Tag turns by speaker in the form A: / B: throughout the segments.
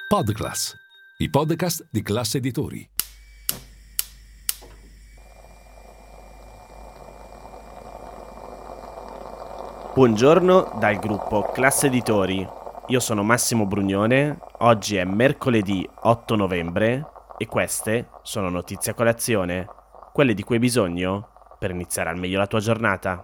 A: Podclass, i podcast di Classe Editori.
B: Buongiorno dal gruppo Classe Editori. Io sono Massimo Brugnone, oggi è mercoledì 8 novembre e queste sono notizie a colazione, quelle di cui hai bisogno per iniziare al meglio la tua giornata.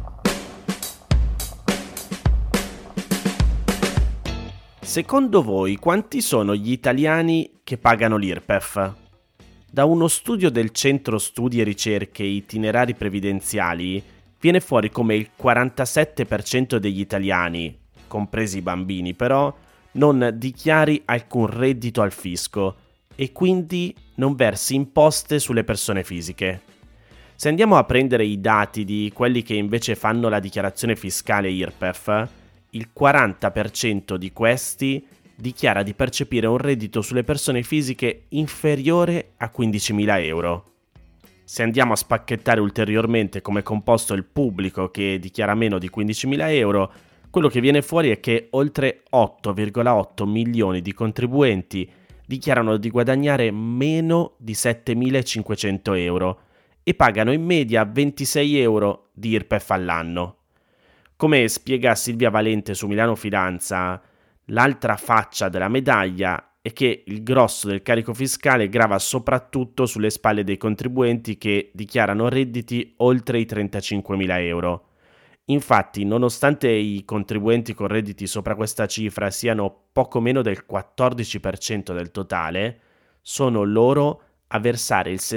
B: Secondo voi quanti sono gli italiani che pagano l'IRPEF? Da uno studio del Centro Studi e Ricerche Itinerari Previdenziali viene fuori come il 47% degli italiani, compresi i bambini però, non dichiari alcun reddito al fisco e quindi non versi imposte sulle persone fisiche. Se andiamo a prendere i dati di quelli che invece fanno la dichiarazione fiscale IRPEF, il 40% di questi dichiara di percepire un reddito sulle persone fisiche inferiore a 15.000 euro. Se andiamo a spacchettare ulteriormente come è composto il pubblico che dichiara meno di 15.000 euro, quello che viene fuori è che oltre 8,8 milioni di contribuenti dichiarano di guadagnare meno di 7.500 euro e pagano in media 26 euro di IRPEF all'anno. Come spiega Silvia Valente su Milano Finanza, l'altra faccia della medaglia è che il grosso del carico fiscale grava soprattutto sulle spalle dei contribuenti che dichiarano redditi oltre i 35.000 euro. Infatti, nonostante i contribuenti con redditi sopra questa cifra siano poco meno del 14% del totale, sono loro a versare il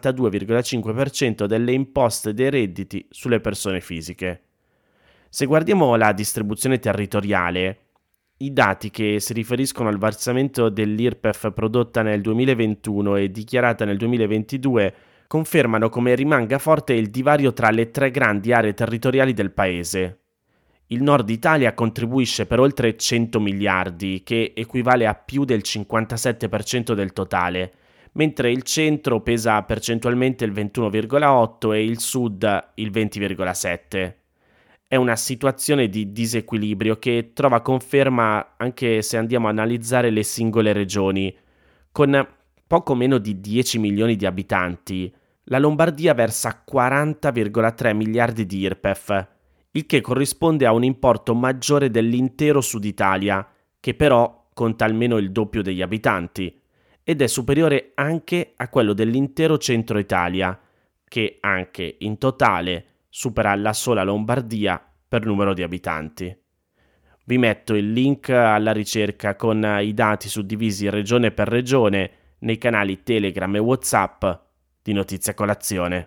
B: 62,5% delle imposte dei redditi sulle persone fisiche. Se guardiamo la distribuzione territoriale, i dati che si riferiscono al versamento dell'IRPEF prodotta nel 2021 e dichiarata nel 2022 confermano come rimanga forte il divario tra le tre grandi aree territoriali del paese. Il Nord Italia contribuisce per oltre 100 miliardi, che equivale a più del 57% del totale, mentre il centro pesa percentualmente il 21,8% e il Sud il 20,7%. È una situazione di disequilibrio che trova conferma anche se andiamo a analizzare le singole regioni. Con poco meno di 10 milioni di abitanti, la Lombardia versa 40,3 miliardi di IRPEF, il che corrisponde a un importo maggiore dell'intero Sud Italia, che però conta almeno il doppio degli abitanti, ed è superiore anche a quello dell'intero Centro Italia, che anche in totale supera la sola Lombardia per numero di abitanti. Vi metto il link alla ricerca con i dati suddivisi regione per regione nei canali Telegram e WhatsApp di Notizie a Colazione.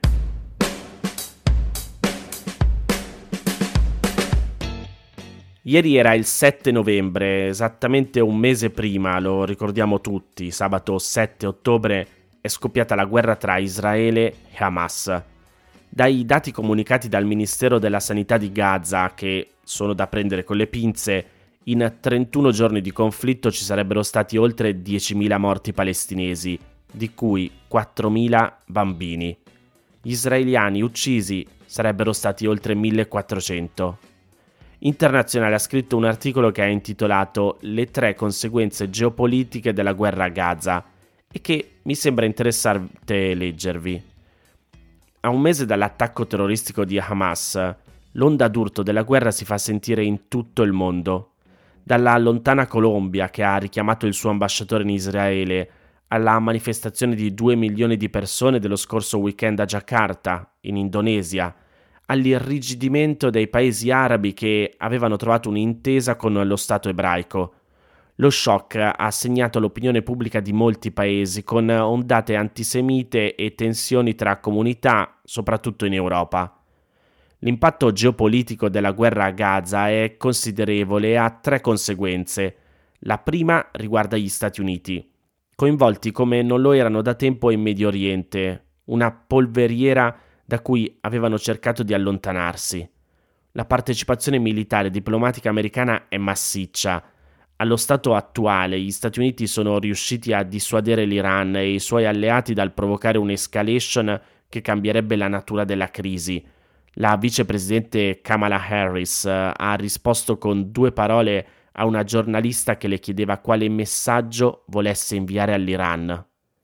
B: Ieri era il 7 novembre, esattamente un mese prima, lo ricordiamo tutti, sabato 7 ottobre è scoppiata la guerra tra Israele e Hamas. Dai dati comunicati dal Ministero della Sanità di Gaza, che sono da prendere con le pinze, in 31 giorni di conflitto ci sarebbero stati oltre 10.000 morti palestinesi, di cui 4.000 bambini. Gli israeliani uccisi sarebbero stati oltre 1.400. Internazionale ha scritto un articolo che ha intitolato Le tre conseguenze geopolitiche della guerra a Gaza e che mi sembra interessante leggervi. A un mese dall'attacco terroristico di Hamas, l'onda d'urto della guerra si fa sentire in tutto il mondo. Dalla lontana Colombia, che ha richiamato il suo ambasciatore in Israele, alla manifestazione di 2 milioni di persone dello scorso weekend a Giacarta, in Indonesia, all'irrigidimento dei paesi arabi che avevano trovato un'intesa con lo Stato ebraico. Lo shock ha segnato l'opinione pubblica di molti paesi, con ondate antisemite e tensioni tra comunità, soprattutto in Europa. L'impatto geopolitico della guerra a Gaza è considerevole e ha tre conseguenze. La prima riguarda gli Stati Uniti, coinvolti come non lo erano da tempo in Medio Oriente, una polveriera da cui avevano cercato di allontanarsi. La partecipazione militare e diplomatica americana è massiccia. Allo stato attuale gli Stati Uniti sono riusciti a dissuadere l'Iran e i suoi alleati dal provocare un'escalation che cambierebbe la natura della crisi. La vicepresidente Kamala Harris ha risposto con 2 parole a una giornalista che le chiedeva quale messaggio volesse inviare all'Iran.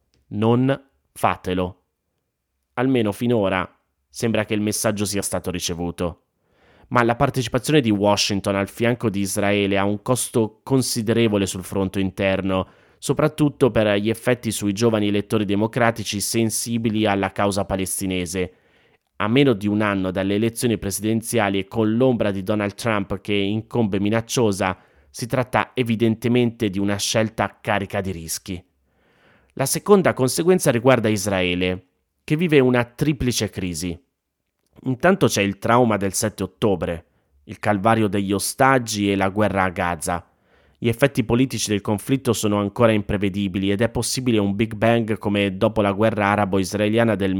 B: Non fatelo. Almeno finora sembra che il messaggio sia stato ricevuto. Ma la partecipazione di Washington al fianco di Israele ha un costo considerevole sul fronte interno, soprattutto per gli effetti sui giovani elettori democratici sensibili alla causa palestinese. A meno di un anno dalle elezioni presidenziali e con l'ombra di Donald Trump che incombe minacciosa, si tratta evidentemente di una scelta carica di rischi. La seconda conseguenza riguarda Israele, che vive una triplice crisi. Intanto c'è il trauma del 7 ottobre, il calvario degli ostaggi e la guerra a Gaza. Gli effetti politici del conflitto sono ancora imprevedibili ed è possibile un Big Bang come dopo la guerra arabo-israeliana del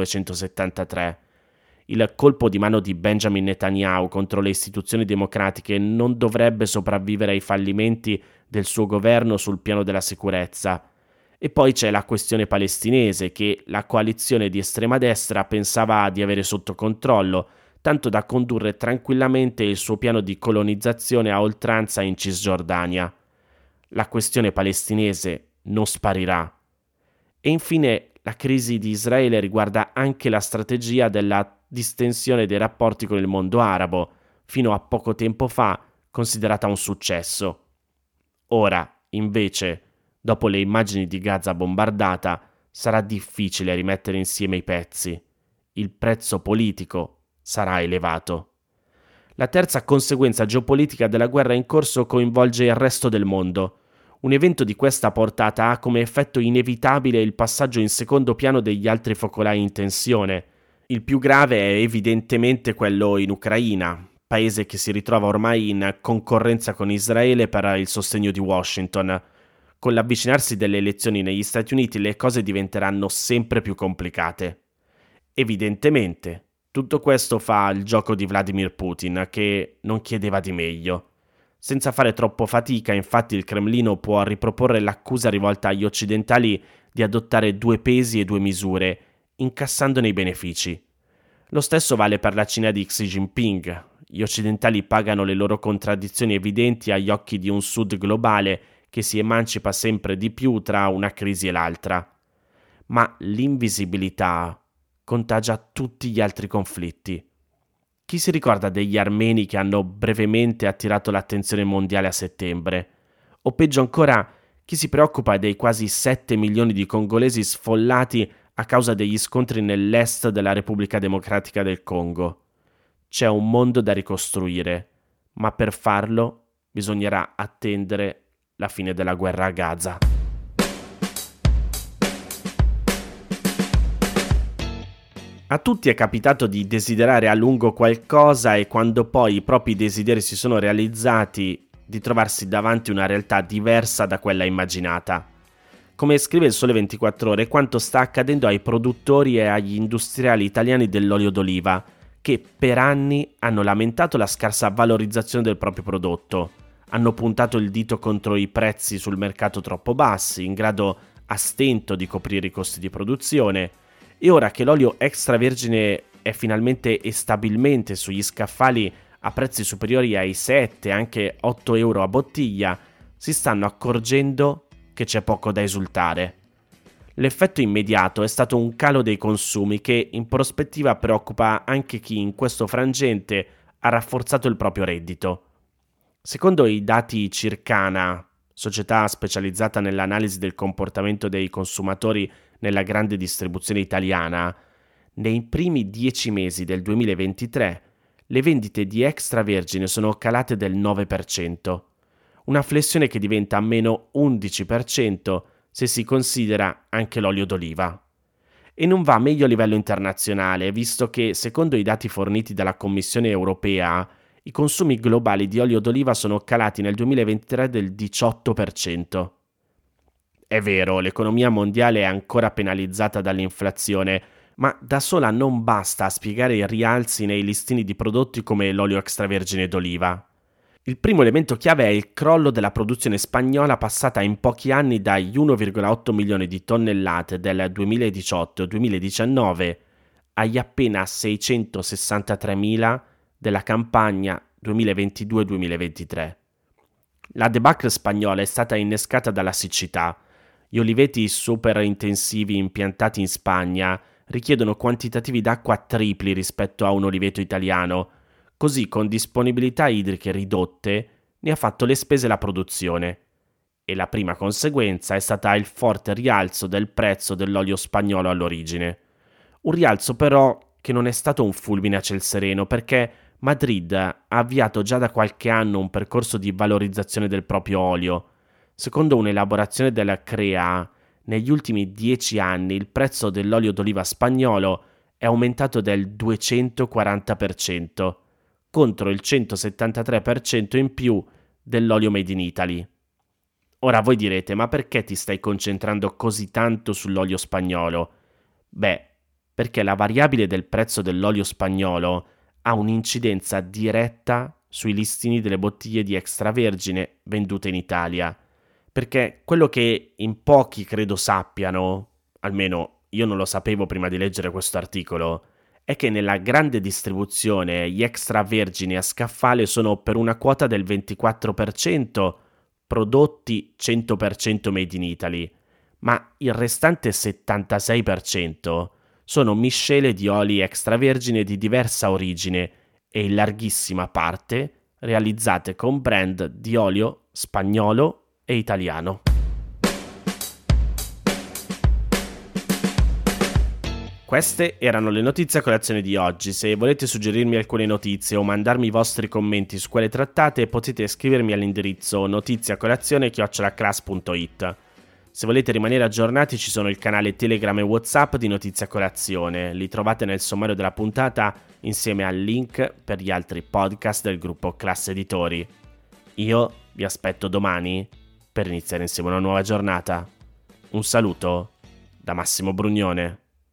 B: 1973. Il colpo di mano di Benjamin Netanyahu contro le istituzioni democratiche non dovrebbe sopravvivere ai fallimenti del suo governo sul piano della sicurezza. E poi c'è la questione palestinese che la coalizione di estrema destra pensava di avere sotto controllo, tanto da condurre tranquillamente il suo piano di colonizzazione a oltranza in Cisgiordania. La questione palestinese non sparirà. E infine la crisi di Israele riguarda anche la strategia della distensione dei rapporti con il mondo arabo, fino a poco tempo fa considerata un successo. Ora, invece, dopo le immagini di Gaza bombardata, sarà difficile rimettere insieme i pezzi. Il prezzo politico sarà elevato. La terza conseguenza geopolitica della guerra in corso coinvolge il resto del mondo. Un evento di questa portata ha come effetto inevitabile il passaggio in secondo piano degli altri focolai in tensione. Il più grave è evidentemente quello in Ucraina, paese che si ritrova ormai in concorrenza con Israele per il sostegno di Washington. Con l'avvicinarsi delle elezioni negli Stati Uniti le cose diventeranno sempre più complicate. Evidentemente, tutto questo fa il gioco di Vladimir Putin, che non chiedeva di meglio. Senza fare troppo fatica, infatti, il Cremlino può riproporre l'accusa rivolta agli occidentali di adottare due pesi e due misure, incassandone i benefici. Lo stesso vale per la Cina di Xi Jinping. Gli occidentali pagano le loro contraddizioni evidenti agli occhi di un Sud globale che si emancipa sempre di più tra una crisi e l'altra. Ma l'invisibilità contagia tutti gli altri conflitti. Chi si ricorda degli armeni che hanno brevemente attirato l'attenzione mondiale a settembre? O peggio ancora, chi si preoccupa dei quasi 7 milioni di congolesi sfollati a causa degli scontri nell'est della Repubblica Democratica del Congo? C'è un mondo da ricostruire, ma per farlo bisognerà attendere la fine della guerra a Gaza. A tutti è capitato di desiderare a lungo qualcosa e quando poi i propri desideri si sono realizzati, di trovarsi davanti una realtà diversa da quella immaginata. Come scrive il Sole 24 Ore, quanto sta accadendo ai produttori e agli industriali italiani dell'olio d'oliva, che per anni hanno lamentato la scarsa valorizzazione del proprio prodotto, hanno puntato il dito contro i prezzi sul mercato troppo bassi, in grado a stento di coprire i costi di produzione, e ora che l'olio extravergine è finalmente e stabilmente sugli scaffali a prezzi superiori ai 7, anche 8 euro a bottiglia, si stanno accorgendo che c'è poco da esultare. L'effetto immediato è stato un calo dei consumi che in prospettiva preoccupa anche chi in questo frangente ha rafforzato il proprio reddito. Secondo i dati Circana, società specializzata nell'analisi del comportamento dei consumatori nella grande distribuzione italiana, nei primi 10 mesi del 2023 le vendite di extravergine sono calate del 9%, una flessione che diventa meno 11% se si considera anche l'olio d'oliva. E non va meglio a livello internazionale, visto che, secondo i dati forniti dalla Commissione europea, i consumi globali di olio d'oliva sono calati nel 2023 del 18%. È vero, l'economia mondiale è ancora penalizzata dall'inflazione, ma da sola non basta a spiegare i rialzi nei listini di prodotti come l'olio extravergine d'oliva. Il primo elemento chiave è il crollo della produzione spagnola passata in pochi anni dagli 1,8 milioni di tonnellate del 2018-2019 agli appena 663.000 della campagna 2022-2023. La debacle spagnola è stata innescata dalla siccità. Gli oliveti super intensivi impiantati in Spagna richiedono quantitativi d'acqua tripli rispetto a un oliveto italiano, così con disponibilità idriche ridotte ne ha fatto le spese la produzione. E la prima conseguenza è stata il forte rialzo del prezzo dell'olio spagnolo all'origine. Un rialzo però che non è stato un fulmine a ciel sereno, perché Madrid ha avviato già da qualche anno un percorso di valorizzazione del proprio olio. Secondo un'elaborazione della CREA, negli ultimi 10 anni il prezzo dell'olio d'oliva spagnolo è aumentato del 240%, contro il 173% in più dell'olio made in Italy. Ora voi direte, ma perché ti stai concentrando così tanto sull'olio spagnolo? Beh, perché la variabile del prezzo dell'olio spagnolo ha un'incidenza diretta sui listini delle bottiglie di extravergine vendute in Italia. Perché quello che in pochi credo sappiano, almeno io non lo sapevo prima di leggere questo articolo, è che nella grande distribuzione gli extravergini a scaffale sono per una quota del 24% prodotti 100% made in Italy, ma il restante 76% sono miscele di oli extravergine di diversa origine e in larghissima parte realizzate con brand di olio spagnolo e italiano. Queste erano le notizie a colazione di oggi. Se volete suggerirmi alcune notizie o mandarmi i vostri commenti su quelle trattate, potete scrivermi all'indirizzo notiziacolazione@class.it. Se volete rimanere aggiornati ci sono il canale Telegram e WhatsApp di Notizia Colazione. Li trovate nel sommario della puntata insieme al link per gli altri podcast del gruppo Class Editori. Io vi aspetto domani per iniziare insieme una nuova giornata. Un saluto da Massimo Brugnone.